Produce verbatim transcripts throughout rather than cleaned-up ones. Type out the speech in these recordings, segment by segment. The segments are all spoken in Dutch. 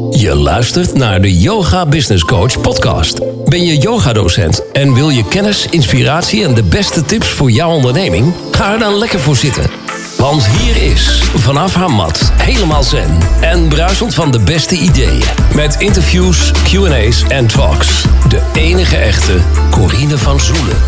Je luistert naar de Yoga Business Coach podcast. Ben je yogadocent en wil je kennis, inspiratie en de beste tips voor jouw onderneming? Ga er dan lekker voor zitten. Want hier is, vanaf haar mat, helemaal zen en bruisend van de beste ideeën. Met interviews, Q en A's en talks. De enige echte Corine van Zoelen.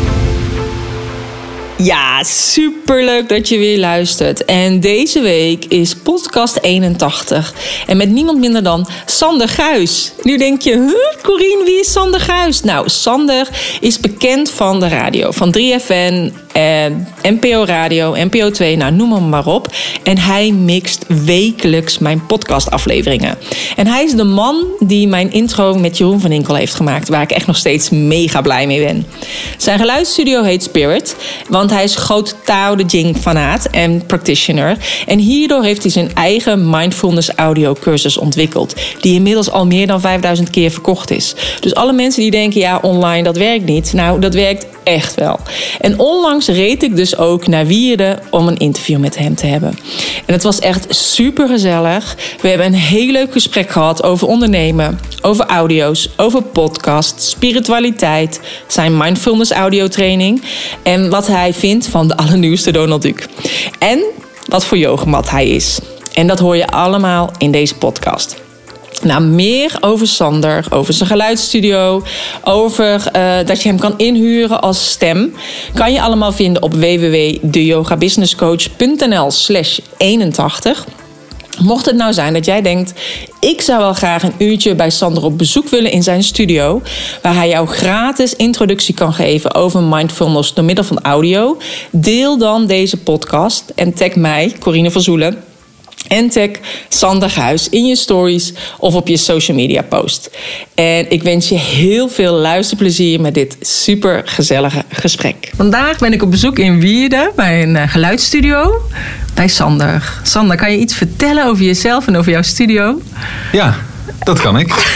Ja, superleuk dat je weer luistert. En deze week is podcast eenentachtig. En met niemand minder dan Sander Guis. Nu denk je, huh, Corine, wie is Sander Guis? Nou, Sander is bekend van de radio. Van drie F N, eh, N P O Radio, N P O twee, nou noem hem maar op. En hij mixt wekelijks mijn podcastafleveringen. En hij is de man die mijn intro met Jeroen van Inkel heeft gemaakt. Waar ik echt nog steeds mega blij mee ben. Zijn geluidsstudio heet Spirit. Want hij is groot Tao Te Ching fanaat en practitioner. En hierdoor heeft hij zijn eigen mindfulness audio cursus ontwikkeld. Die inmiddels al meer dan vijfduizend keer verkocht is. Dus alle mensen die denken, ja, online, dat werkt niet. Nou, dat werkt echt wel. En onlangs reed ik dus ook naar Wierden om een interview met hem te hebben. En het was echt super gezellig. We hebben een heel leuk gesprek gehad over ondernemen, over audio's, over podcasts, spiritualiteit, zijn mindfulness audio training en wat hij vindt van de allernieuwste Donald Duck. En wat voor yogamat hij is. En dat hoor je allemaal in deze podcast. Nou, meer over Sander, over zijn geluidsstudio, over uh, dat je hem kan inhuren als stem, kan je allemaal vinden op w w w punt de yoga business coach punt n l slash eenentachtig. Mocht het nou zijn dat jij denkt, ik zou wel graag een uurtje bij Sander op bezoek willen in zijn studio, waar hij jou gratis introductie kan geven over mindfulness door middel van audio, deel dan deze podcast en tag mij, Corine van Zoelen, en tag Sander Guis in je stories of op je social media post. En ik wens je heel veel luisterplezier met dit super gezellige gesprek. Vandaag ben ik op bezoek in Wierden bij een uh, geluidsstudio bij Sander. Sander, kan je iets vertellen over jezelf en over jouw studio? Ja, dat kan ik.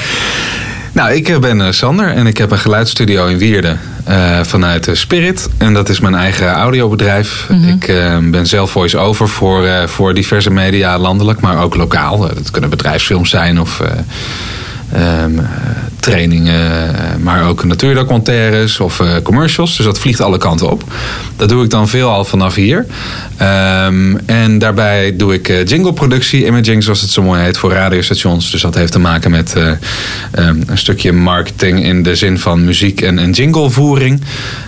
Nou, ik ben Sander en ik heb een geluidsstudio in Wierden uh, vanuit uh, Spirit. En dat is mijn eigen audiobedrijf. Mm-hmm. Ik uh, ben zelf voice-over voor, uh, voor diverse media, landelijk, maar ook lokaal. Uh, dat kunnen bedrijfsfilms zijn of uh, um, uh, trainingen, uh, maar ook natuurdocumentaires of uh, commercials. Dus dat vliegt alle kanten op. Dat doe ik dan veelal vanaf hier. Um, en daarbij doe ik uh, jingleproductie, imaging zoals het zo mooi heet, voor radiostations. Dus dat heeft te maken met uh, um, een stukje marketing in de zin van muziek en, en jinglevoering.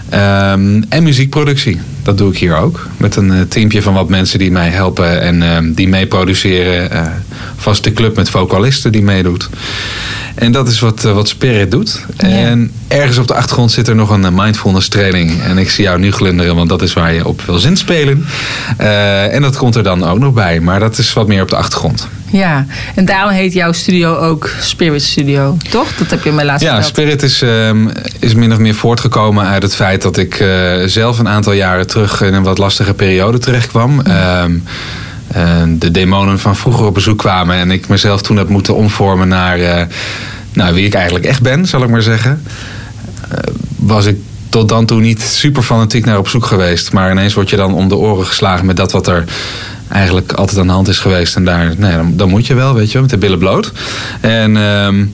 Um, en muziekproductie. Dat doe ik hier ook. Met een uh, teampje van wat mensen die mij helpen en uh, die mee produceren. Uh, vaste club met vocalisten die meedoet. En dat is wat, uh, wat Spirit doet. Ja. En ergens op de achtergrond zit er nog een mindfulness training. En ik zie jou nu glunderen, want dat is waar je op wil zinspelen. Uh, en dat komt er dan ook nog bij. Maar dat is wat meer op de achtergrond. Ja, en daarom heet jouw studio ook Spirit Studio, toch? Dat heb je mij laatst Ja, verteld. Spirit is, um, is min of meer voortgekomen uit het feit dat ik uh, zelf een aantal jaren terug in een wat lastige periode terechtkwam. Mm. Um, uh, de demonen van vroeger op bezoek kwamen en ik mezelf toen heb moeten omvormen naar uh, nou, wie ik eigenlijk echt ben, zal ik maar zeggen. Uh, was ik tot dan toe niet super fanatiek naar op zoek geweest. Maar ineens word je dan om de oren geslagen met dat wat er eigenlijk altijd aan de hand is geweest. En daar, nee, dan, dan moet je wel, weet je wel, met de billen bloot. En um,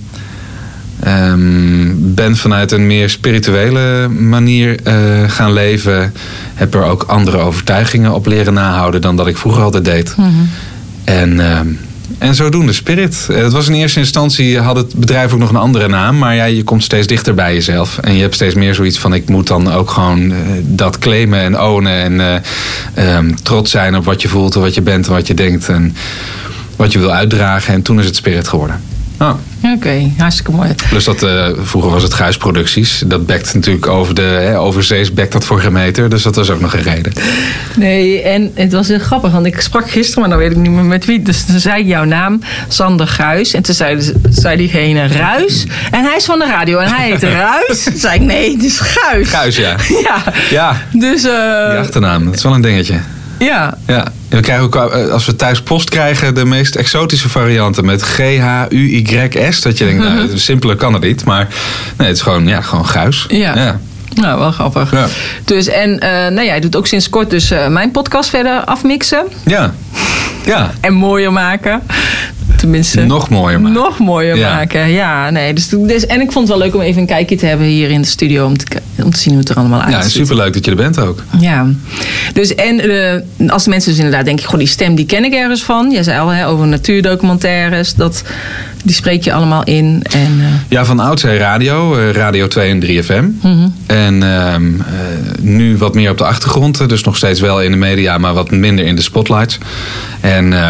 um, ben vanuit een meer spirituele manier uh, gaan leven. Heb er ook andere overtuigingen op leren nahouden dan dat ik vroeger altijd deed. Mm-hmm. En um, En zodoende Spirit. Het was in eerste instantie, had het bedrijf ook nog een andere naam. Maar ja, je komt steeds dichter bij jezelf. En je hebt steeds meer zoiets van, ik moet dan ook gewoon uh, dat claimen en ownen. En uh, um, trots zijn op wat je voelt en wat je bent en wat je denkt. En wat je wil uitdragen. En toen is het Spirit geworden. Oh. Oké, okay, hartstikke mooi. Plus dat, uh, vroeger was het Guis Producties. Dat bekt natuurlijk over de hè, overzees bekt dat voor geen meter. Dus dat was ook nog een reden. Nee, en het was heel grappig. Want ik sprak gisteren, maar dan weet ik niet meer met wie. Dus toen zei ik jouw naam, Sander Guis. En toen zei, zei diegene Ruis. En hij is van de radio en hij heet Ruis. Toen zei ik, nee, het is Guis. Guis, ja. Ja. Ja, dus, uh, die achternaam. Dat is wel een dingetje. Ja. Ja. En we krijgen ook, als we thuis post krijgen, de meest exotische varianten met G H U Y S. Dat je denkt, nou, simpeler kan het niet. Maar nee, het is gewoon, ja, gewoon Guis. Ja. ja. Nou, wel grappig. Ja. Dus, en uh, nou, jij doet ook sinds kort dus uh, mijn podcast verder afmixen. Ja. Ja. En mooier maken. tenminste... Nog mooier maken. Nog mooier Ja. maken, ja. Nee, dus, dus, en ik vond het wel leuk om even een kijkje te hebben hier in de studio... om te, om te zien hoe het er allemaal uitziet. Ja, en superleuk dat je er bent ook. Ja, dus en uh, als de mensen dus inderdaad denken... goh, die stem die ken ik ergens van. Jij zei al hè, over natuurdocumentaires. Dat, die spreek je allemaal in. En, uh... Ja, van oudsher radio. Uh, Radio twee en drie F M. Mm-hmm. En uh, uh, nu wat meer op de achtergrond. Dus nog steeds wel in de media, maar wat minder in de spotlights. En... Uh,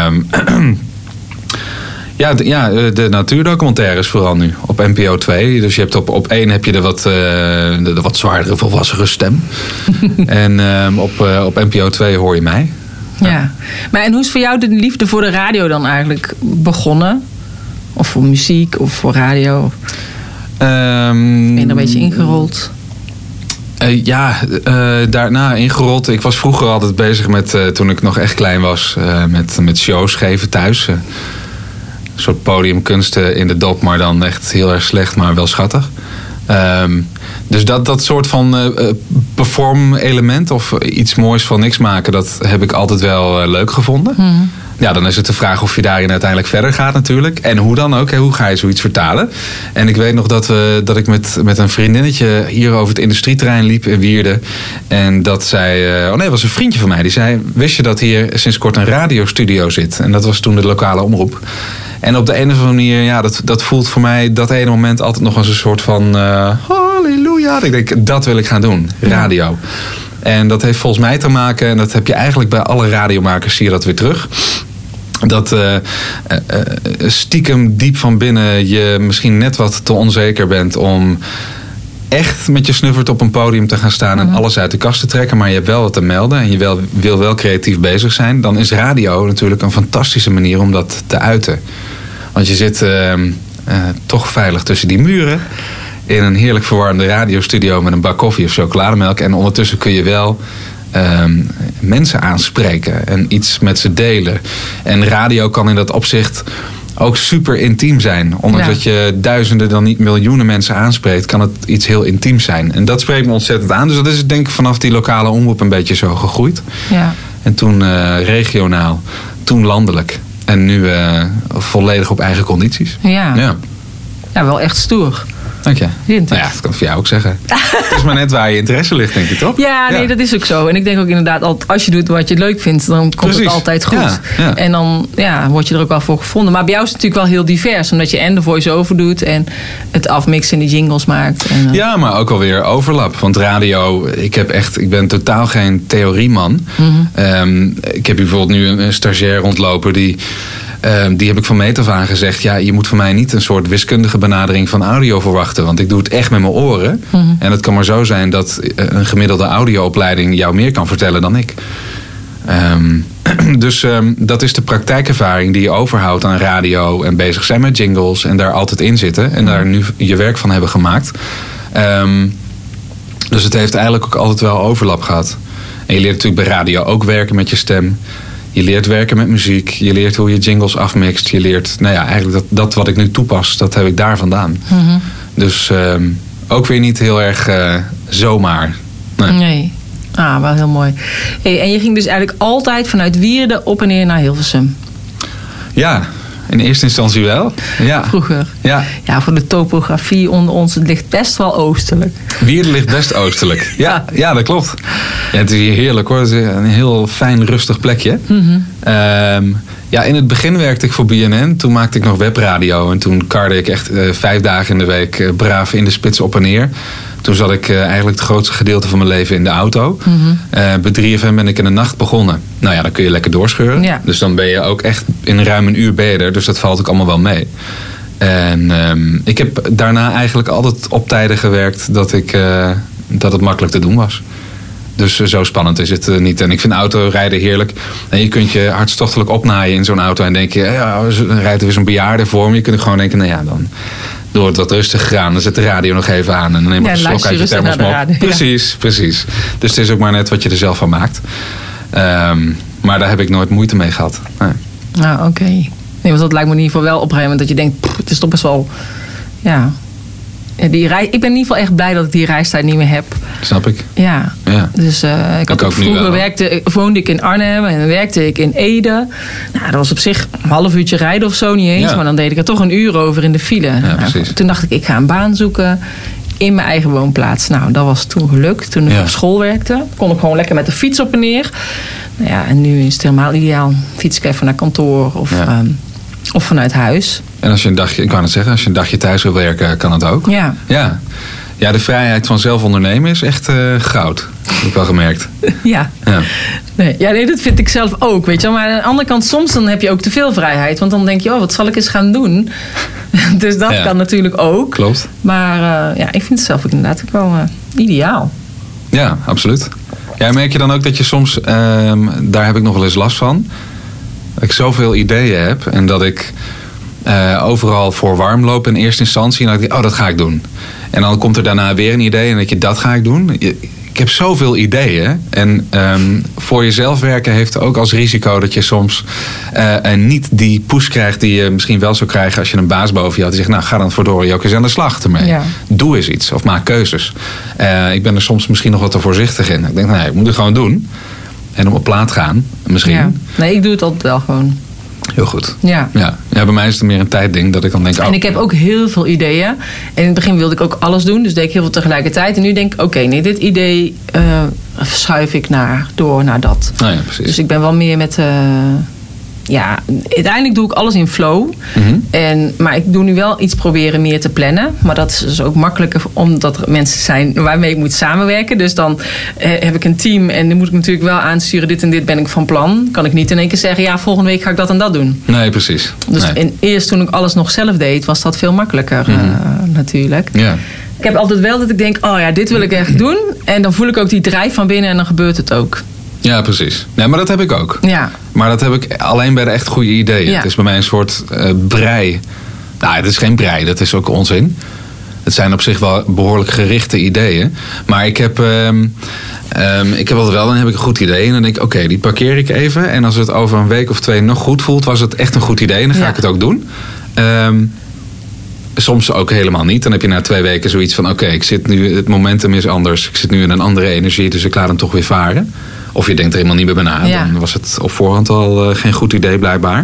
Ja, de, ja, de natuurdocumentaires vooral nu. Op N P O twee. Dus je hebt op, op één heb je de wat, uh, de, de wat zwaardere, volwassere stem. en uh, op, uh, op N P O twee hoor je mij. Ja. ja. Maar en hoe is voor jou de liefde voor de radio dan eigenlijk begonnen? Of voor muziek of voor radio? Um, ben je er een beetje ingerold? Uh, ja, uh, daarna ingerold. Ik was vroeger altijd bezig met, uh, toen ik nog echt klein was, uh, met, met shows geven thuis. Uh, Een soort podiumkunsten in de dop, maar dan echt heel erg slecht, maar wel schattig. Um, dus dat, dat soort van uh, perform-element of iets moois van niks maken, dat heb ik altijd wel uh, leuk gevonden. Mm. Ja, dan is het de vraag of je daarin uiteindelijk verder gaat natuurlijk. En hoe dan ook, hè, hoe ga je zoiets vertalen? En ik weet nog dat, we, dat ik met, met een vriendinnetje hier over het industrieterrein liep in Wierden. En dat zij, uh, oh nee, dat was een vriendje van mij. Die zei, wist je dat hier sinds kort een radiostudio zit? En dat was toen de lokale omroep. En op de een of andere manier, ja, dat, dat voelt voor mij dat ene moment altijd nog als een soort van uh, halleluja. Ik denk, dat wil ik gaan doen, radio. Ja. En dat heeft volgens mij te maken, en dat heb je eigenlijk bij alle radiomakers, zie je dat weer terug. Dat uh, uh, stiekem diep van binnen je misschien net wat te onzeker bent om echt met je snuffert op een podium te gaan staan en mm-hmm. alles uit de kast te trekken, maar je hebt wel wat te melden en je wel, wil wel creatief bezig zijn, dan is radio natuurlijk een fantastische manier om dat te uiten. Want je zit uh, uh, toch veilig tussen die muren in een heerlijk verwarmde radiostudio met een bak koffie of chocolademelk en ondertussen kun je wel uh, mensen aanspreken en iets met ze delen. En radio kan in dat opzicht ook super intiem zijn. Ondanks ja. dat je duizenden, dan niet miljoenen mensen aanspreekt, kan het iets heel intiems zijn. En dat spreekt me ontzettend aan. Dus dat is denk ik vanaf die lokale omroep een beetje zo gegroeid. Ja. En toen uh, regionaal, toen landelijk. En nu uh, volledig op eigen condities. Ja, ja. ja wel echt stoer. Dank je. Nou ja, dat kan ik voor jou ook zeggen. Het is maar net waar je interesse ligt, denk je, toch? Ja, nee, ja. dat is ook zo. En ik denk ook inderdaad, als je doet wat je leuk vindt, dan komt Precies. het altijd goed. Ja, ja. En dan ja, word je er ook wel voor gevonden. Maar bij jou is het natuurlijk wel heel divers. Omdat je en de voice-over doet en het afmixen en de jingles maakt. En, uh... Ja, maar ook alweer overlap. Want radio, ik heb echt, ik ben totaal geen theorieman. Mm-hmm. Um, ik heb hier bijvoorbeeld nu een, een stagiair rondlopen die... Uh, die heb ik van meet af aan gezegd, ja, je moet van mij niet een soort wiskundige benadering van audio verwachten. Want ik doe het echt met mijn oren. Mm-hmm. En het kan maar zo zijn dat een gemiddelde audioopleiding jou meer kan vertellen dan ik. Um, dus um, dat is de praktijkervaring die je overhoudt aan radio en bezig zijn met jingles en daar altijd in zitten. En daar nu je werk van hebben gemaakt. Um, dus het heeft eigenlijk ook altijd wel overlap gehad. En je leert natuurlijk bij radio ook werken met je stem. Je leert werken met muziek. Je leert hoe je jingles afmixt. Je leert, nou ja, eigenlijk dat, dat wat ik nu toepas, dat heb ik daar vandaan. Mm-hmm. Dus um, ook weer niet heel erg uh, zomaar. Nee. nee. Ah, wel heel mooi. Hey, en je ging dus eigenlijk altijd vanuit Wierden op en neer naar Hilversum. Ja, in eerste instantie wel. Ja. Vroeger. Ja. ja, voor de topografie onder ons, het ligt best wel oostelijk. Wierden ligt best oostelijk. Ja, ja. ja dat klopt. Ja, het is hier heerlijk hoor. Het is een heel fijn, rustig plekje. Mm-hmm. Um, ja, in het begin werkte ik voor B N N. Toen maakte ik nog webradio. En toen karde ik echt uh, vijf dagen in de week uh, braaf in de spits op en neer. Toen zat ik uh, eigenlijk het grootste gedeelte van mijn leven in de auto. Mm-hmm. Uh, bij drie F M ben ik in de nacht begonnen. Nou ja, dan kun je lekker doorscheuren. Ja. Dus dan ben je ook echt in ruim een uur beter. Dus dat valt ook allemaal wel mee. En um, ik heb daarna eigenlijk altijd op tijden gewerkt dat, ik, uh, dat het makkelijk te doen was. Dus uh, zo spannend is het uh, niet. En ik vind autorijden heerlijk. En je kunt je hartstochtelijk opnaaien in zo'n auto. En denk je, ja, dan rijdt er weer zo'n bejaarde voor me. Je kunt gewoon denken, nou ja, dan door het wat rustig gaan. Dan zet de radio nog even aan. En dan neem je ja, een slok uit je thermosmok. Precies, ja. precies. Dus het is ook maar net wat je er zelf van maakt. Um, maar daar heb ik nooit moeite mee gehad. Nee. Nou, oké. Okay. Nee, want dat lijkt me in ieder geval wel op een gegeven moment dat je denkt, pff, het is toch best wel, ja, die rei, ik ben in ieder geval echt blij dat ik die reistijd niet meer heb. Snap ik. Ja, ja. dus uh, ik had ik ook vroeger wel, werkte, woonde ik in Arnhem en dan werkte ik in Ede. Nou, dat was op zich een half uurtje rijden of zo niet eens, ja. maar dan deed ik er toch een uur over in de file. Ja, nou, toen dacht ik, ik ga een baan zoeken in mijn eigen woonplaats. Nou, dat was toen gelukt. Toen ik ja. op school werkte, kon ik gewoon lekker met de fiets op en neer. Nou ja, en nu is het helemaal ideaal. Fiets ik even naar kantoor of, ja. um, of vanuit huis. En als je een dagje, ik wou net zeggen, als je een dagje thuis wil werken, kan het ook. Ja. Ja, ja de vrijheid van zelf ondernemen is echt uh, goud. Dat heb ik wel gemerkt. Ja. Ja. Nee, ja, nee, dat vind ik zelf ook, weet je wel. Maar aan de andere kant, soms dan heb je ook te veel vrijheid. Want dan denk je, oh, wat zal ik eens gaan doen? Dus dat ja. kan natuurlijk ook. Klopt. Maar uh, ja, ik vind het zelf ook inderdaad ook wel uh, ideaal. Ja, absoluut. Ja, merk je dan ook dat je soms, uh, daar heb ik nog wel eens last van, dat ik zoveel ideeën heb en dat ik uh, overal voor warm loop in eerste instantie en dat ik denk, oh, dat ga ik doen. En dan komt er daarna weer een idee en dat je dat ga ik doen. Ik heb zoveel ideeën. En um, voor jezelf werken heeft ook als risico dat je soms uh, niet die push krijgt die je misschien wel zou krijgen als je een baas boven je had. Die zegt, nou ga dan verdorie ook eens aan de slag ermee. Ja. Doe eens iets of maak keuzes. Uh, ik ben er soms misschien nog wat te voorzichtig in. Ik denk, nee, ik moet het gewoon doen. En op een plaat gaan, misschien. Ja. Nee, ik doe het altijd wel gewoon. Heel goed. Ja. Ja. Ja, bij mij is het meer een tijdding dat ik dan denk... Oh, en ik heb ook heel veel ideeën. En in het begin wilde ik ook alles doen. Dus deed ik heel veel tegelijkertijd. En nu denk ik, oké, okay, nee, dit idee uh, schuif ik naar, door naar dat. Nou ja, precies. Dus ik ben wel meer met... Uh, ja, uiteindelijk doe ik alles in flow. Mm-hmm. En, maar ik doe nu wel iets proberen meer te plannen. Maar dat is dus ook makkelijker omdat er mensen zijn waarmee ik moet samenwerken. Dus dan eh, heb ik een team en dan moet ik natuurlijk wel aansturen. Dit en dit ben ik van plan. Kan ik niet in één keer zeggen, ja, volgende week ga ik dat en dat doen. Nee, precies. Dus nee. in, eerst toen ik alles nog zelf deed, was dat veel makkelijker mm-hmm. uh, natuurlijk. Ja. Ik heb altijd wel dat ik denk, oh ja, dit wil ik echt doen. En dan voel ik ook die drijf van binnen en dan gebeurt het ook. Ja, precies. Nee, maar dat heb ik ook. Ja. Maar dat heb ik alleen bij de echt goede ideeën. Ja. Het is bij mij een soort uh, brei. Nou, het is geen brei, dat is ook onzin. Het zijn op zich wel behoorlijk gerichte ideeën. Maar ik heb, um, um, ik heb altijd wel, dan heb ik een goed idee. En dan denk ik, oké, okay, die parkeer ik even. En als het over een week of twee nog goed voelt, was het echt een goed idee. En dan ga ja. ik het ook doen. Um, soms ook helemaal niet. Dan heb je na twee weken zoiets van, oké, okay, ik zit nu, het momentum is anders. Ik zit nu in een andere energie, dus ik laat hem toch weer varen. Of je denkt er helemaal niet meer bij na. Ja. Dan was het op voorhand al uh, geen goed idee blijkbaar.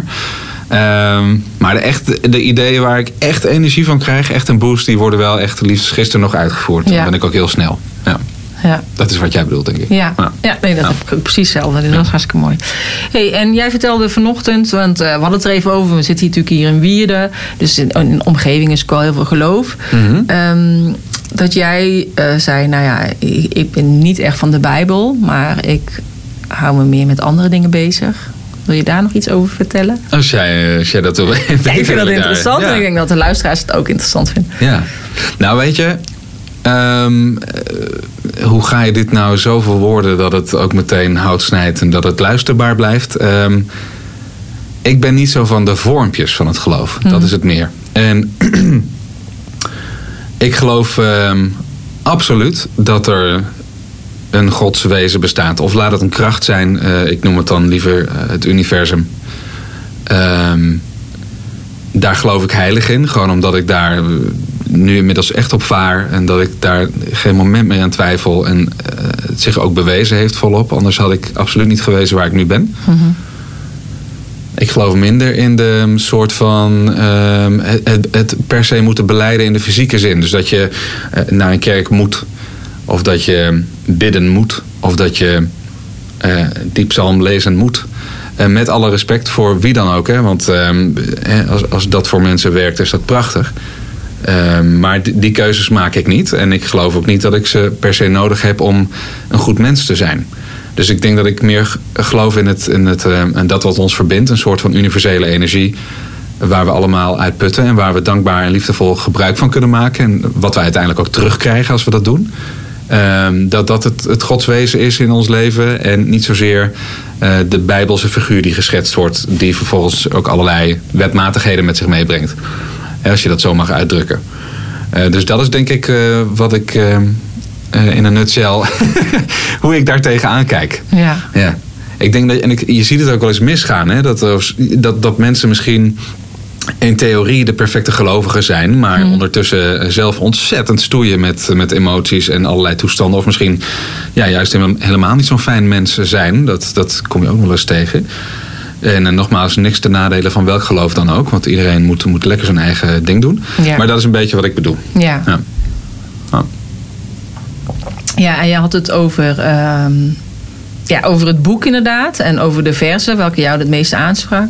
Um, maar de, echt, de ideeën waar ik echt energie van krijg, echt een boost, die worden wel echt liefst gisteren nog uitgevoerd. Ja. Dan ben ik ook heel snel. Ja. Ja. Dat is wat jij bedoelt, denk ik. Ja, ja. ja nee, dat ja. heb ik ook precies hetzelfde. Dat is ja. hartstikke mooi. Hey, en jij vertelde vanochtend, want uh, we hadden het er even over. We zitten hier natuurlijk hier in Wierden. Dus in, in de omgeving is ook wel heel veel geloof. Mm-hmm. Um, dat jij uh, zei, nou ja, ik, ik ben niet echt van de Bijbel, maar ik hou me meer met andere dingen bezig. Wil je daar nog iets over vertellen? Als jij, als jij dat wil weten. Ja, ik vind dat interessant ja. en ik denk dat de luisteraars het ook interessant vinden. Ja, nou weet je, um, uh, hoe ga je dit nou zo verwoorden dat het ook meteen hout snijdt en dat het luisterbaar blijft? Um, ik ben niet zo van de vormpjes van het geloof. Hmm. Dat is het meer. En ik geloof um, absoluut dat er een godswezen bestaat. Of laat het een kracht zijn. Uh, ik noem het dan liever uh, het universum. Um, daar geloof ik heilig in. Gewoon omdat ik daar nu inmiddels echt op vaar. En dat ik daar geen moment meer aan twijfel. En uh, het zich ook bewezen heeft volop. Anders had ik absoluut niet gewezen waar ik nu ben. Mm-hmm. Ik geloof minder in de soort van um, het, het per se moeten belijden in de fysieke zin. Dus dat je uh, naar een kerk moet. Of dat je bidden moet. Of dat je uh, diepsalm lezen moet. Uh, met alle respect voor wie dan ook. Hè? Want uh, als, als dat voor mensen werkt, is dat prachtig. Uh, maar die, die keuzes maak ik niet. En ik geloof ook niet dat ik ze per se nodig heb om een goed mens te zijn. Dus ik denk dat ik meer geloof in, het, in, het, uh, in dat wat ons verbindt. Een soort van universele energie. Waar we allemaal uit putten. En waar we dankbaar en liefdevol gebruik van kunnen maken. En wat we uiteindelijk ook terugkrijgen als we dat doen. Um, dat dat het, het godswezen is in ons leven. En niet zozeer uh, de bijbelse figuur die geschetst wordt. Die vervolgens ook allerlei wetmatigheden met zich meebrengt. Uh, als je dat zo mag uitdrukken. Uh, dus dat is denk ik uh, wat ik uh, uh, in een nutshell... hoe ik daar tegenaan kijk. Ja. Ja. Ik denk dat, en ik, je ziet het ook wel eens misgaan. Hè? Dat, dat, dat mensen misschien in theorie de perfecte gelovige zijn, maar mm. ondertussen zelf ontzettend stoeien met, met emoties en allerlei toestanden. Of misschien ja, juist helemaal niet zo'n fijn mens zijn. Dat, dat kom je ook nog eens tegen. En, en nogmaals, niks te nadelen van welk geloof dan ook. Want iedereen moet, moet lekker zijn eigen ding doen. Ja. Maar dat is een beetje wat ik bedoel. Ja. Ja, oh. ja en je had het over, uh, ja, over het boek inderdaad. En over de versen, welke jou het meeste aansprak.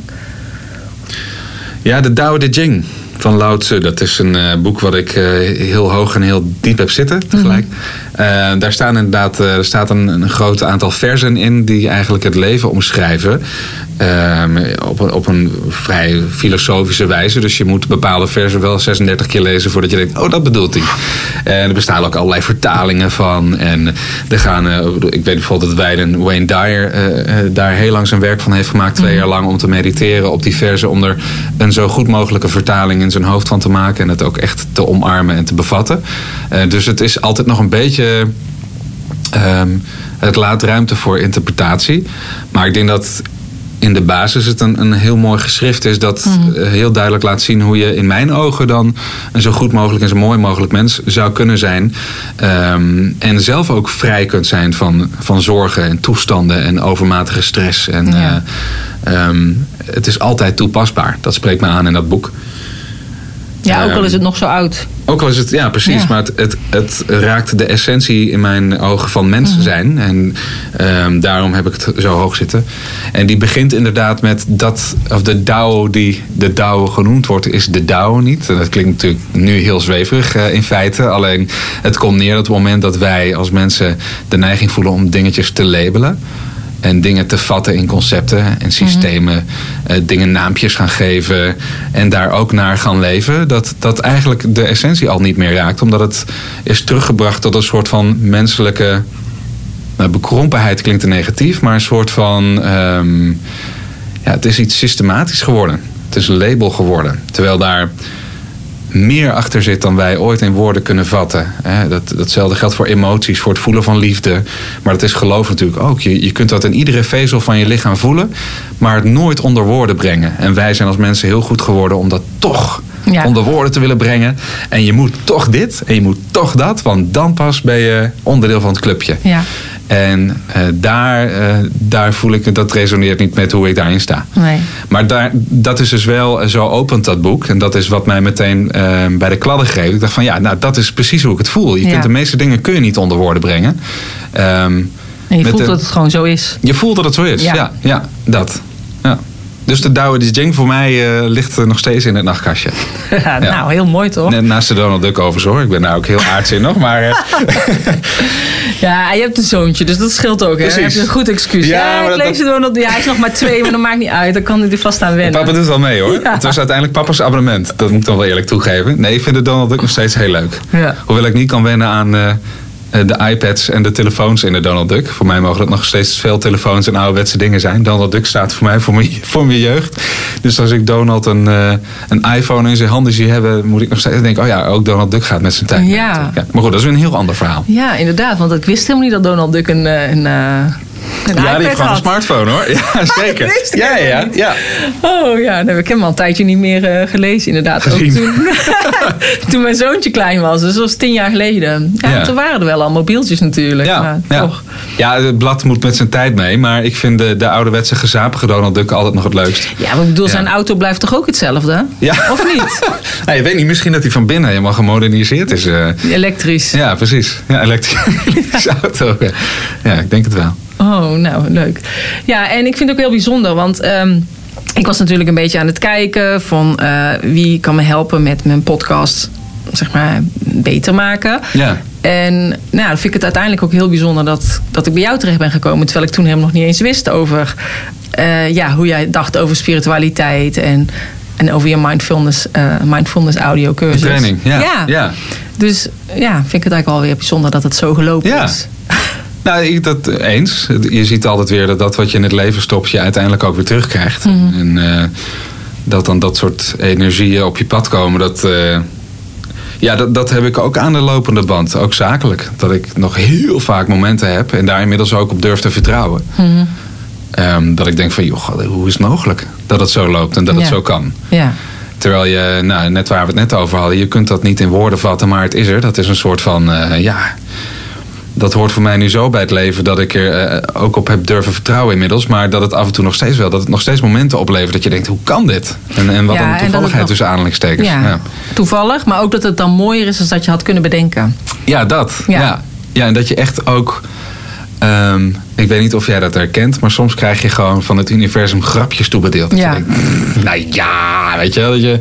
Ja, de Tao Te Ching van Lao Tzu. Dat is een uh, boek wat ik uh, heel hoog en heel diep heb zitten tegelijk. Mm-hmm. Uh, daar staan inderdaad, uh, er staat een, een groot aantal versen in die eigenlijk het leven omschrijven. Uh, op, een, op een vrij filosofische wijze. Dus je moet bepaalde versen wel zesendertig keer lezen voordat je denkt, oh, dat bedoelt hij. En er bestaan ook allerlei vertalingen van. En er gaan, uh, ik weet bijvoorbeeld dat Wijden Wayne Dyer uh, uh, daar heel lang zijn werk van heeft gemaakt. Twee jaar lang om te mediteren op die versen. Om er een zo goed mogelijke vertaling in zijn hoofd van te maken. En het ook echt te omarmen en te bevatten. Uh, dus het is altijd nog een beetje... Um, het laat ruimte voor interpretatie. Maar ik denk dat in de basis het een, een heel mooi geschrift is dat mm-hmm. heel duidelijk laat zien hoe je in mijn ogen dan een zo goed mogelijk en zo mooi mogelijk mens zou kunnen zijn. Um, en zelf ook vrij kunt zijn van, van zorgen en toestanden en overmatige stress. En ja. uh, um, het is altijd toepasbaar. Dat spreekt me aan in dat boek. Ja, ook al is het nog zo oud. Ook al is het, ja precies. Ja. Maar het, het, het raakt de essentie in mijn ogen van mensen zijn. En um, daarom heb ik het zo hoog zitten. En die begint inderdaad met dat, of de Dao die de Dao genoemd wordt, is de Dao niet. En dat klinkt natuurlijk nu heel zweverig uh, in feite. Alleen het komt neer op het moment dat wij als mensen de neiging voelen om dingetjes te labelen. En dingen te vatten in concepten en systemen. Mm-hmm. Uh, dingen naampjes gaan geven. En daar ook naar gaan leven. Dat, dat eigenlijk de essentie al niet meer raakt. Omdat het is teruggebracht tot een soort van menselijke... Nou, bekrompenheid klinkt te negatief. Maar een soort van... Um, ja, het is iets systematisch geworden. Het is een label geworden. Terwijl daar meer achter zit dan wij ooit in woorden kunnen vatten. Dat, datzelfde geldt voor emoties, voor het voelen van liefde. Maar dat is geloof natuurlijk ook. Je, je kunt dat in iedere vezel van je lichaam voelen, maar het nooit onder woorden brengen. En wij zijn als mensen heel goed geworden om dat toch ja. onder woorden te willen brengen. En je moet toch dit en je moet toch dat, want dan pas ben je onderdeel van het clubje. Ja. En uh, daar, uh, daar voel ik, dat resoneert niet met hoe ik daarin sta. Nee. Maar daar, dat is dus wel, zo opent dat boek. En dat is wat mij meteen uh, bij de kladden greep. Ik dacht van ja, nou dat is precies hoe ik het voel. Je ja. kunt de meeste dingen kun je niet onder woorden brengen. Um, en je voelt de, dat het gewoon zo is. Je voelt dat het zo is, ja, ja, ja dat. Ja. Dus de Tao Te Ching voor mij uh, ligt nog steeds in het nachtkastje. Ja, nou, ja. heel mooi toch? Naast de Donald Duck overigens hoor. Ik ben nou ook heel aardzinnig, maar... Uh... ja, je hebt een zoontje, dus dat scheelt ook. Hè? Dan heb je een goed excuus. Ja, ja ik lees dat... Donald, ja, hij is nog maar twee, maar dat maakt niet uit. Dan kan hij er vast aan wennen. Papa doet wel mee hoor. Ja. Het was uiteindelijk papa's abonnement. Dat moet ik dan wel eerlijk toegeven. Nee, ik vind de Donald Duck nog steeds heel leuk. Ja. Hoewel ik niet kan wennen aan... Uh, de iPads en de telefoons in de Donald Duck. Voor mij mogen dat nog steeds veel telefoons en ouderwetse dingen zijn. Donald Duck staat voor mij voor mijn, voor mijn jeugd. Dus als ik Donald een, uh, een iPhone in zijn handen zie hebben, moet ik nog steeds denken, oh ja, ook Donald Duck gaat met zijn tijd. Ja. Ja. Maar goed, dat is weer een heel ander verhaal. Ja, inderdaad. Want ik wist helemaal niet dat Donald Duck een... een, uh... Een ja, die heeft gewoon een smartphone hoor. Ja, zeker. Ah, ja, ja, ja. Oh ja, nou, ik heb hem al een tijdje niet meer uh, gelezen inderdaad. Ook toen, toen mijn zoontje klein was. Dus dat was tien jaar geleden. Ja, ja. Toen waren er wel al mobieltjes natuurlijk. Ja, maar ja. toch. Ja, het blad moet met zijn tijd mee. Maar ik vind de, de ouderwetse gezapige Donald Duck altijd nog het leukst. Ja, maar ik bedoel, ja. zijn auto blijft toch ook hetzelfde? Ja. Of niet? Nou, je weet niet, misschien dat hij van binnen helemaal gemoderniseerd is. Uh. Elektrisch. Ja, precies. Ja, elektrische auto. Ja, ik denk het wel. Oh, nou, leuk. Ja, en ik vind het ook heel bijzonder, want um, ik was natuurlijk een beetje aan het kijken van uh, wie kan me helpen met mijn podcast, zeg maar, beter maken. Ja. En nou, dan vind ik het uiteindelijk ook heel bijzonder dat, dat ik bij jou terecht ben gekomen, terwijl ik toen helemaal nog niet eens wist over uh, ja, hoe jij dacht over spiritualiteit en, en over je mindfulness, uh, mindfulness audio cursus. De training, ja. ja. ja. Dus ja, vind ik het eigenlijk wel weer bijzonder dat het zo gelopen ja. is. Nou, ik dat eens. Je ziet altijd weer dat dat wat je in het leven stopt, je uiteindelijk ook weer terugkrijgt. Mm-hmm. En uh, dat dan dat soort energieën op je pad komen, dat, uh, ja, dat, dat heb ik ook aan de lopende band. Ook zakelijk. Dat ik nog heel vaak momenten heb en daar inmiddels ook op durf te vertrouwen. Mm-hmm. Um, dat ik denk van, joh, hoe is het mogelijk dat het zo loopt en dat ja. het zo kan. Ja. Terwijl je, nou, net waar we het net over hadden, je kunt dat niet in woorden vatten, maar het is er. Dat is een soort van, uh, ja, dat hoort voor mij nu zo bij het leven dat ik er uh, ook op heb durven vertrouwen inmiddels. Maar dat het af en toe nog steeds wel, dat het nog steeds momenten oplevert dat je denkt, hoe kan dit? En, en wat ja, een toevalligheid nog, tussen aanhalingstekens. Ja, ja. Toevallig, maar ook dat het dan mooier is dan dat je had kunnen bedenken. Ja, dat. Ja, ja. ja en dat je echt ook... Um, ik weet niet of jij dat herkent, maar soms krijg je gewoon van het universum grapjes toebedeeld. Dat ja. je denkt, nou ja, weet je wel, dat je...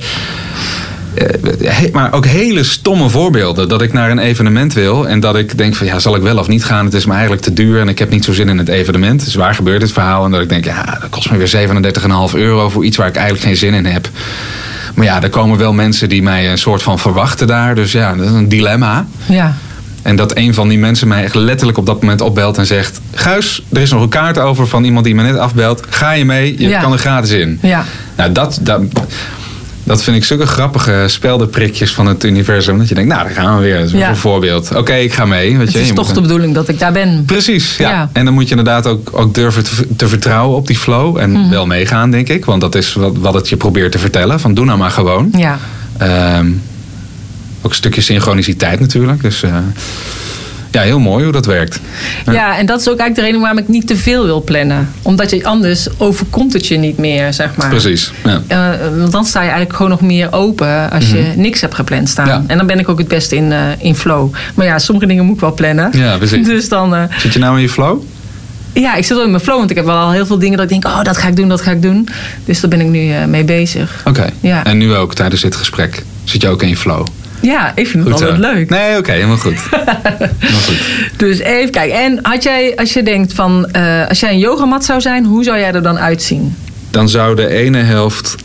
He, maar ook hele stomme voorbeelden. Dat ik naar een evenement wil en dat ik denk van ja, zal ik wel of niet gaan? Het is me eigenlijk te duur en ik heb niet zo zin in het evenement. Dus waar gebeurt dit verhaal? En dat ik denk, ja, dat kost me weer zevenendertig komma vijf euro voor iets waar ik eigenlijk geen zin in heb. Maar ja, er komen wel mensen die mij een soort van verwachten daar. Dus ja, dat is een dilemma. Ja. En dat een van die mensen mij echt letterlijk op dat moment opbelt en zegt... Guus, er is nog een kaart over van iemand die me net afbelt. Ga je mee? Je ja. kan er gratis in. Ja. Nou, dat, dat, dat vind ik zulke grappige speldenprikjes van het universum. Dat je denkt, nou, daar gaan we weer. Dat is ja. een voorbeeld. Oké, okay, ik ga mee. Weet het je, is je toch moet... de bedoeling dat ik daar ben. Precies, ja. ja. En dan moet je inderdaad ook, ook durven te, te vertrouwen op die flow. En mm-hmm. wel meegaan, denk ik. Want dat is wat, wat het je probeert te vertellen. Van doe nou maar gewoon. Ja. Um, ook een stukje synchroniciteit natuurlijk. Dus... Uh, Ja, heel mooi hoe dat werkt. Ja. ja, en dat is ook eigenlijk de reden waarom ik niet te veel wil plannen. Omdat je anders overkomt het je niet meer, zeg maar. Precies, ja. Uh, want dan sta je eigenlijk gewoon nog meer open als je mm-hmm. niks hebt gepland staan. Ja. En dan ben ik ook het beste in, uh, in flow. Maar ja, sommige dingen moet ik wel plannen. Ja, precies. Dus dan, uh, zit je nou in je flow? Ja, ik zit wel in mijn flow, want ik heb wel al heel veel dingen dat ik denk, oh, dat ga ik doen, dat ga ik doen. Dus daar ben ik nu uh, mee bezig. Oké, okay. ja. En nu ook tijdens dit gesprek zit je ook in je flow? Ja, ik vind het goed, altijd zo. Leuk. Nee, oké, okay, helemaal goed. helemaal goed. Dus even kijken. En had jij, als je denkt van, uh, als jij een yogamat zou zijn, hoe zou jij er dan uitzien? Dan zou de ene helft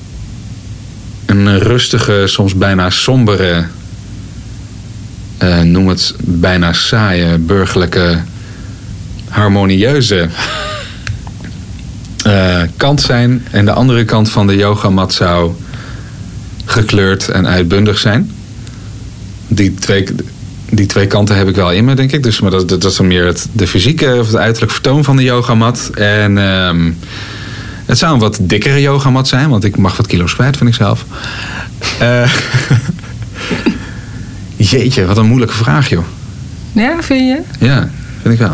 een rustige, soms bijna sombere, uh, noem het bijna saaie, burgerlijke, harmonieuze uh, kant zijn. En de andere kant van de yogamat zou gekleurd en uitbundig zijn. Die twee, die twee kanten heb ik wel in me, denk ik. Dus, maar dat, dat is dan meer het, de fysieke of het uiterlijk vertoon van de yogamat. En um, het zou een wat dikkere yogamat zijn, want ik mag wat kilo's kwijt, vind ik zelf. Uh, jeetje, wat een moeilijke vraag, joh. Ja, vind je? Ja, vind ik wel.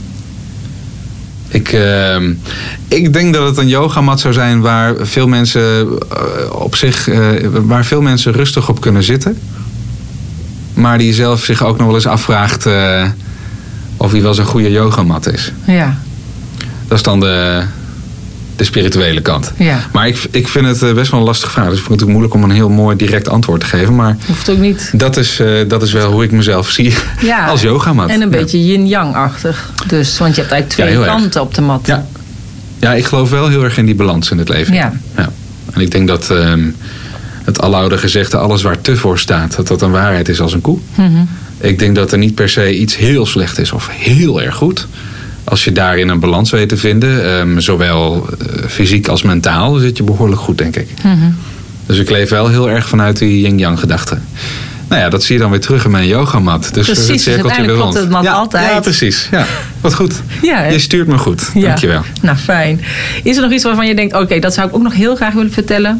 Ik, uh, ik denk dat het een yogamat zou zijn waar veel mensen uh, op zich, uh, waar veel mensen rustig op kunnen zitten. Maar die zelf zich ook nog wel eens afvraagt uh, of hij wel zo'n goede yogamat is. Ja. Dat is dan de, de spirituele kant. Ja. Maar ik, ik vind het best wel een lastige vraag. Dus ik vind het ook moeilijk om een heel mooi direct antwoord te geven. Maar hoeft ook niet. Dat is, uh, dat is wel hoe ik mezelf zie ja. als yogamat. En een ja. beetje yin-yang-achtig. Dus, want je hebt eigenlijk twee ja, kanten erg. Op de mat. Ja. ja, ik geloof wel heel erg in die balans in het leven. Ja. ja. En ik denk dat... Um, het aloude gezegde, alles waar te voor staat, dat dat een waarheid is als een koe. Mm-hmm. Ik denk dat er niet per se iets heel slecht is of heel erg goed. Als je daarin een balans weet te vinden, um, zowel uh, fysiek als mentaal, dan zit je behoorlijk goed, denk ik. Mm-hmm. Dus ik leef wel heel erg vanuit die yin-yang gedachte. Nou ja, dat zie je dan weer terug in mijn yogamat. Dus precies, het cirkeltje dus weer rond. Het mat ja, altijd. Ja, precies. Ja, wat goed. Ja, je stuurt me goed. Ja. Dankjewel. Nou, fijn. Is er nog iets waarvan je denkt, oké, okay, dat zou ik ook nog heel graag willen vertellen?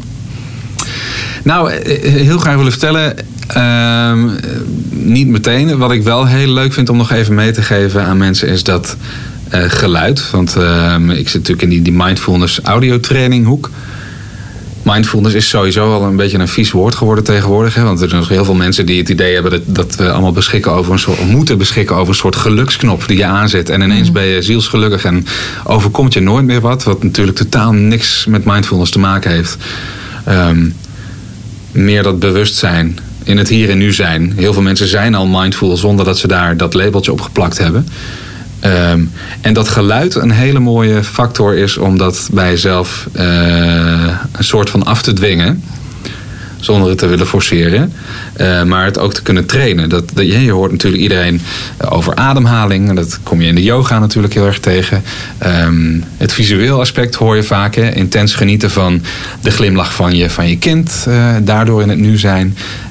Nou, heel graag willen vertellen. Uh, niet meteen. Wat ik wel heel leuk vind om nog even mee te geven aan mensen is dat uh, geluid. Want uh, ik zit natuurlijk in die, die mindfulness audiotraining hoek. Mindfulness is sowieso al een beetje een vies woord geworden tegenwoordig. Hè? Want er zijn nog heel veel mensen die het idee hebben dat, dat we allemaal beschikken over een soort, moeten beschikken over een soort geluksknop die je aanzet. En ineens ben je zielsgelukkig en overkomt je nooit meer wat. Wat natuurlijk totaal niks met mindfulness te maken heeft. Um, meer dat bewustzijn in het hier en nu zijn. Heel veel mensen zijn al mindful zonder dat ze daar dat labeltje op geplakt hebben. Um, en dat geluid een hele mooie factor is om dat bij jezelf uh, een soort van af te dwingen. Zonder het te willen forceren. Uh, maar het ook te kunnen trainen. Dat, dat, je hoort natuurlijk iedereen over ademhaling. En dat kom je in de yoga natuurlijk heel erg tegen. Um, het visueel aspect hoor je vaak. Hè? Intens genieten van de glimlach van je, van je kind. Uh, daardoor in het nu zijn.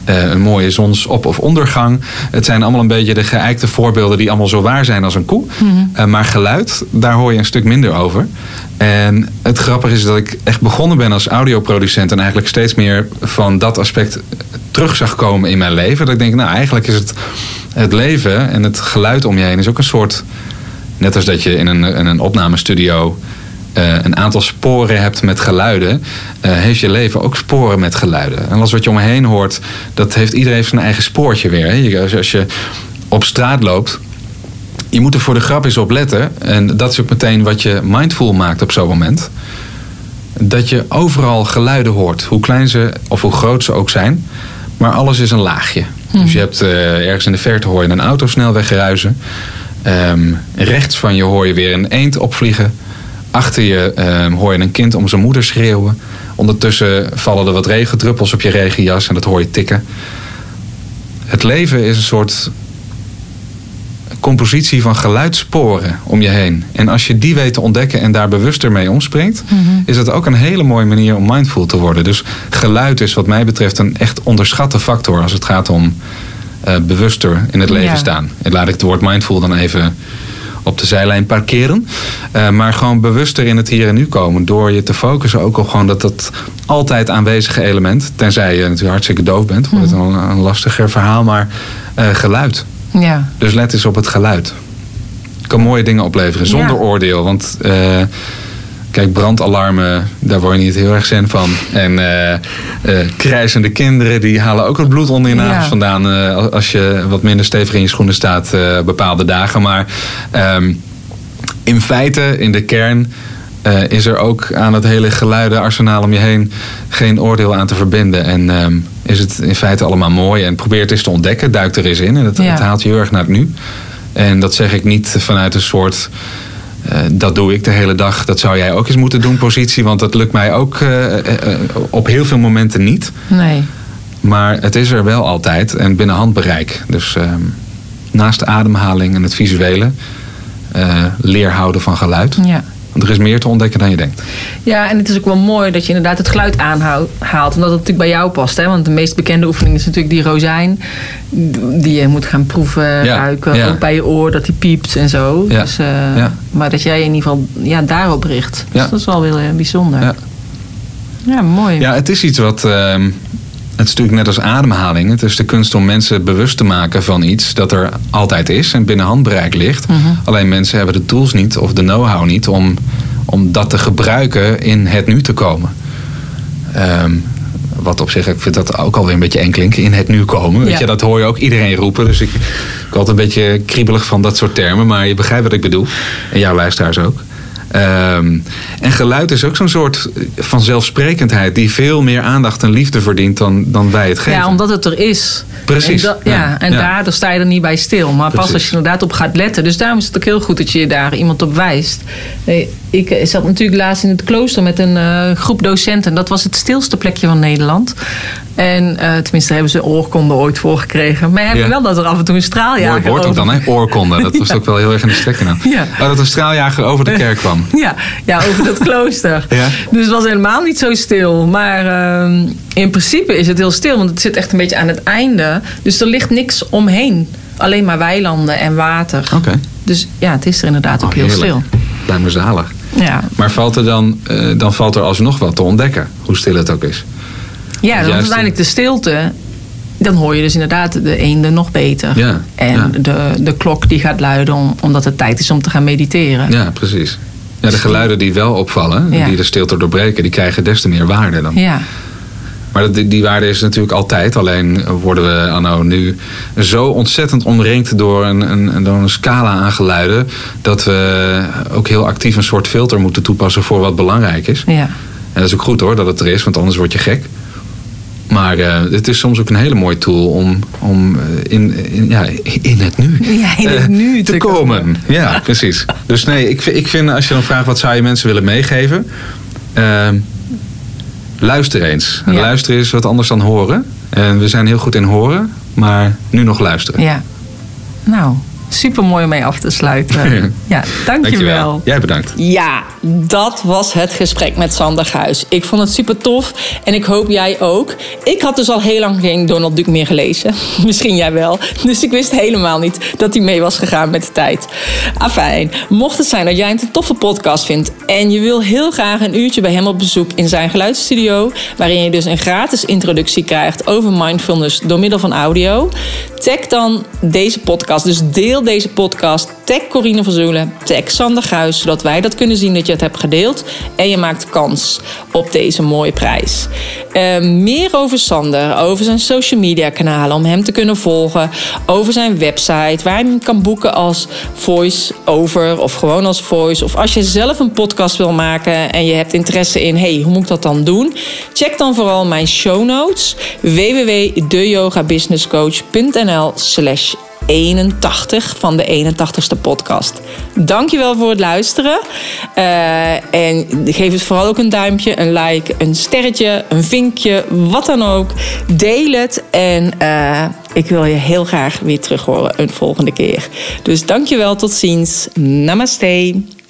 Uh, een mooie zonsop- of ondergang. Het zijn allemaal een beetje de geëikte voorbeelden die allemaal zo waar zijn als een koe. Mm-hmm. Uh, maar geluid, daar hoor je een stuk minder over. En het grappige is dat ik echt begonnen ben als audioproducent en eigenlijk steeds meer van dat aspect terug zag komen in mijn leven. Dat ik denk, nou eigenlijk is het, het leven en het geluid om je heen is ook een soort, net als dat je in een, in een opnamestudio Uh, een aantal sporen hebt met geluiden, uh, heeft je leven ook sporen met geluiden. En alles wat je om je heen hoort, dat heeft iedereen zijn eigen spoortje weer. Hè? Je, als je op straat loopt, je moet er voor de grap eens op letten. En dat is ook meteen wat je mindful maakt op zo'n moment. Dat je overal geluiden hoort. Hoe klein ze of hoe groot ze ook zijn. Maar alles is een laagje. Hmm. Dus je hebt uh, ergens in de verte hoor je een auto snel wegruisen. Um, rechts van je hoor je weer een eend opvliegen. Achter je uh, hoor je een kind om zijn moeder schreeuwen. Ondertussen vallen er wat regendruppels op je regenjas en dat hoor je tikken. Het leven is een soort compositie van geluidssporen om je heen. En als je die weet te ontdekken en daar bewuster mee omspringt, mm-hmm. is dat ook een hele mooie manier om mindful te worden. Dus geluid is wat mij betreft een echt onderschatte factor als het gaat om uh, bewuster in het leven ja. staan. En laat ik het woord mindful dan even op de zijlijn parkeren. Uh, maar gewoon bewuster in het hier en nu komen. Door je te focussen ook op gewoon dat dat altijd aanwezige element. Tenzij je natuurlijk hartstikke doof bent. Wordt het een, een lastiger verhaal. Maar uh, geluid. Ja. Dus let eens op het geluid. Het kan mooie dingen opleveren. Zonder ja. oordeel. Want uh, kijk, brandalarmen, daar word je niet heel erg zen van. En uh, uh, krijzende kinderen, die halen ook het bloed onder je nagels ja. vandaan. Uh, als je wat minder stevig in je schoenen staat uh, bepaalde dagen. Maar um, in feite, in de kern, uh, is er ook aan het hele geluidenarsenaal om je heen geen oordeel aan te verbinden. En um, is het in feite allemaal mooi. En probeer het eens te ontdekken, duik er eens in. En het, ja. het haalt je heel erg naar het nu. En dat zeg ik niet vanuit een soort Uh, dat doe ik de hele dag. Dat zou jij ook eens moeten doen, positie. Want dat lukt mij ook uh, uh, op heel veel momenten niet. Nee. Maar het is er wel altijd en binnen handbereik. Dus uh, naast de ademhaling en het visuele, uh, leer houden van geluid. Ja. Want er is meer te ontdekken dan je denkt. Ja, en het is ook wel mooi dat je inderdaad het geluid aanhaalt. Omdat het natuurlijk bij jou past. Hè? Want de meest bekende oefening is natuurlijk die rozijn. Die je moet gaan proeven, ja, ruiken. Ja. Ook bij je oor, dat die piept en zo. Ja. Dus, uh, ja. Maar dat jij in ieder geval ja, daarop richt. Dus ja. dat is wel weer uh, bijzonder. Ja. ja, mooi. Ja, het is iets wat... Uh, het is natuurlijk net als ademhaling. Het is de kunst om mensen bewust te maken van iets dat er altijd is en binnen handbereik ligt. Mm-hmm. Alleen mensen hebben de tools niet of de know-how niet om, om dat te gebruiken in het nu te komen. Um, wat op zich, ik vind dat ook alweer een beetje eng klinken, in het nu komen. Ja. Weet je, dat hoor je ook iedereen roepen. Dus ik, ik word een beetje kriebelig van dat soort termen. Maar je begrijpt wat ik bedoel. En jouw luisteraars ook. Um, en geluid is ook zo'n soort vanzelfsprekendheid die veel meer aandacht en liefde verdient dan, dan wij het geven. Ja, omdat het er is. Precies. En, da- ja, ja, en ja. daardoor sta je er niet bij stil. Maar Precies. pas als je inderdaad op gaat letten. Dus daarom is het ook heel goed dat je daar iemand op wijst. Ik zat natuurlijk laatst in het klooster met een uh, groep docenten. Dat was het stilste plekje van Nederland. En uh, tenminste hebben ze oorkonden ooit voor gekregen. Maar hebben ja. wel dat er af en toe een straaljager Mooi woord ook dan, hè? Oorkonden. Dat was ja. ook wel heel erg in de strekken aan. Ja. Oh, dat een straaljager over de kerk kwam. Ja, ja over dat klooster. Ja. Dus het was helemaal niet zo stil. Maar uh, in principe is het heel stil. Want het zit echt een beetje aan het einde. Dus er ligt niks omheen. Alleen maar weilanden en water. Oké. Okay. Dus ja, het is er inderdaad oh, ook heel heerlijk. stil. Lijkt me zalig. Ja. Maar valt er dan, uh, dan valt er alsnog wat te ontdekken. Hoe stil het ook is. Ja, dan uiteindelijk de stilte. Dan hoor je dus inderdaad de eenden nog beter. Ja, en ja. De, de klok die gaat luiden om, omdat het tijd is om te gaan mediteren. Ja, precies. Ja, de geluiden die wel opvallen, ja. die de stilte doorbreken, die krijgen des te meer waarde dan. Ja. Maar die, die waarde is natuurlijk altijd. Alleen worden we anno nu zo ontzettend omringd door een, een, door een scala aan geluiden, dat we ook heel actief een soort filter moeten toepassen voor wat belangrijk is. Ja. En dat is ook goed hoor, dat het er is, want anders word je gek. Maar uh, het is soms ook een hele mooie tool om, om in, in, ja, in het nu, ja, in het nu uh, te, te komen. komen. Ja, precies. Dus nee, ik, ik vind als je dan vraagt wat zou je mensen willen meegeven, uh, luister eens. Ja. Luisteren is wat anders dan horen. En we zijn heel goed in horen, maar nu nog luisteren. Ja. Nou, super mooi om mee af te sluiten. Ja, dankjewel. Dankjewel. Jij bedankt. Ja, dat was het gesprek met Sander Guis. Ik vond het super tof en ik hoop jij ook. Ik had dus al heel lang geen Donald Duck meer gelezen. Misschien jij wel. Dus ik wist helemaal niet dat hij mee was gegaan met de tijd. Afijn, mocht het zijn dat jij het een toffe podcast vindt en je wil heel graag een uurtje bij hem op bezoek in zijn geluidsstudio, waarin je dus een gratis introductie krijgt over mindfulness door middel van audio, tag dan deze podcast. Dus deel deze podcast. Tag Corine van Zoelen. Tag Sander Guis. Zodat wij dat kunnen zien dat je het hebt gedeeld. En je maakt kans op deze mooie prijs. Uh, meer over Sander. Over zijn social media kanalen. Om hem te kunnen volgen. Over zijn website. Waar je hem kan boeken als voice-over. Of gewoon als voice. Of als je zelf een podcast wil maken. En je hebt interesse in. Hey, hoe moet ik dat dan doen? Check dan vooral mijn show notes. w w w punt de yoga business coach punt n l slash eenentachtig van de eenentachtigste podcast. Dankjewel voor het luisteren. Uh, en geef het vooral ook een duimpje, een like, een sterretje, een vinkje, wat dan ook. Deel het en uh, ik wil je heel graag weer terug horen een volgende keer. Dus dankjewel, tot ziens. Namaste.